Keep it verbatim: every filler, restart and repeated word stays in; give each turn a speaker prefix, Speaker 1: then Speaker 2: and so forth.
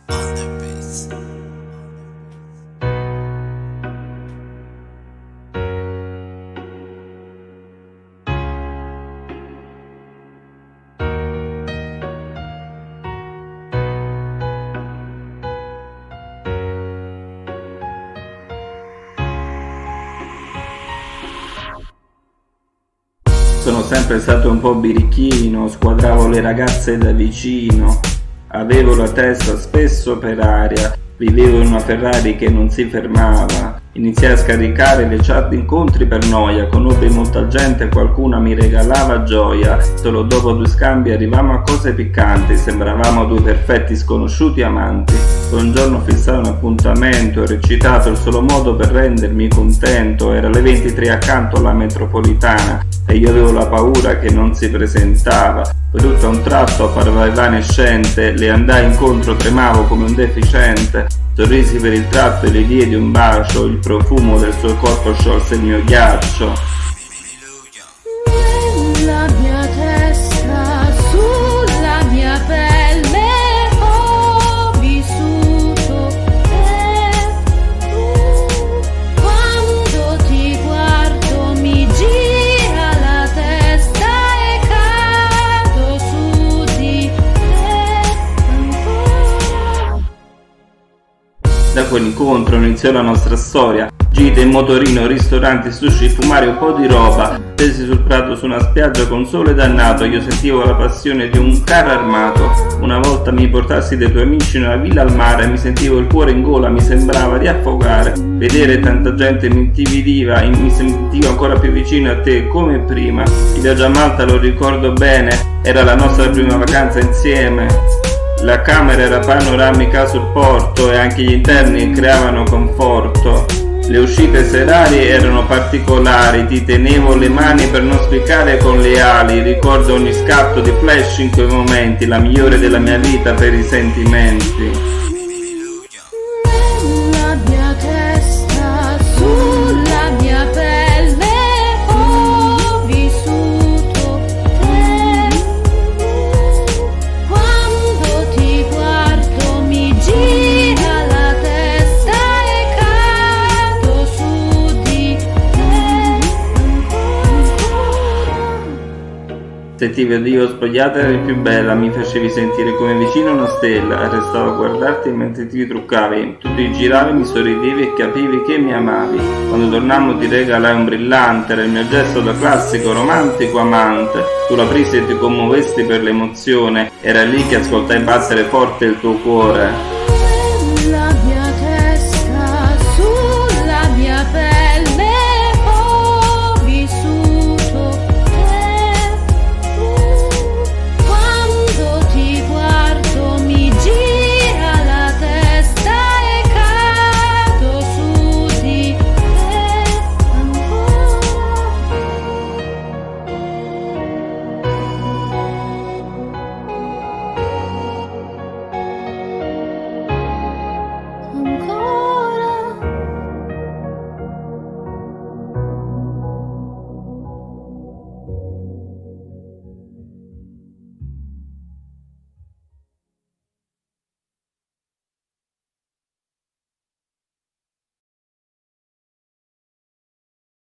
Speaker 1: Sono sempre stato un po' birichino, squadravo le ragazze da vicino, avevo la testa spesso per aria, vivevo in una Ferrari che non si fermava. Iniziai a scaricare le chat incontri per noia, conobbi molta gente, qualcuna mi regalava gioia. Solo dopo due scambi arrivavamo a cose piccanti, sembravamo due perfetti sconosciuti amanti. Poi un giorno fissai un appuntamento, ho recitato il solo modo per rendermi contento. Era alle ventitré accanto alla metropolitana e io avevo la paura che non si presentava. Poi tutto a un tratto appariva evanescente, le andai incontro, tremavo come un deficiente. Sorrisi per il tratto e le diedi un bacio, il profumo del suo corpo sciolse il mio ghiaccio.
Speaker 2: Nella mia testa, sulla mia pelle, ho vissuto te. Quando ti guardo mi gira la testa e cado su di te ancora.
Speaker 1: Da quell'incontro iniziò la nostra storia, gite in motorino, ristoranti, sushi, fumare un po' di roba, tesi sul prato su una spiaggia con sole dannato. Io sentivo la passione di un carro armato. Una volta mi portassi dai tuoi amici in una villa al mare, mi sentivo il cuore in gola, mi sembrava di affogare. Vedere tanta gente mi intividiva, mi sentivo ancora più vicino a te come prima. Il viaggio a Malta lo ricordo bene, era la nostra prima vacanza insieme. La camera era panoramica sul porto e anche gli interni creavano conforto. Le uscite serali erano particolari, ti tenevo le mani per non spiccare con le ali. Ricordo ogni scatto di flash in quei momenti, la migliore della mia vita per i sentimenti.
Speaker 2: Nella mia testa, sulla mia pelle, ho vissuto te. Quando ti guardo mi gira la testa e cado su di te ancora.
Speaker 1: Se ti vedevo spogliata eri più bella, mi facevi sentire come vicino a una stella. Restavo a guardarti mentre ti truccavi, tu ti giravi, mi sorridevi e capivi che mi amavi. Quando tornammo ti regalai un brillante, era il mio gesto da classico romantico amante. Tu la presi e ti commuovesti per l'emozione, era lì che ascoltai battere forte il tuo cuore.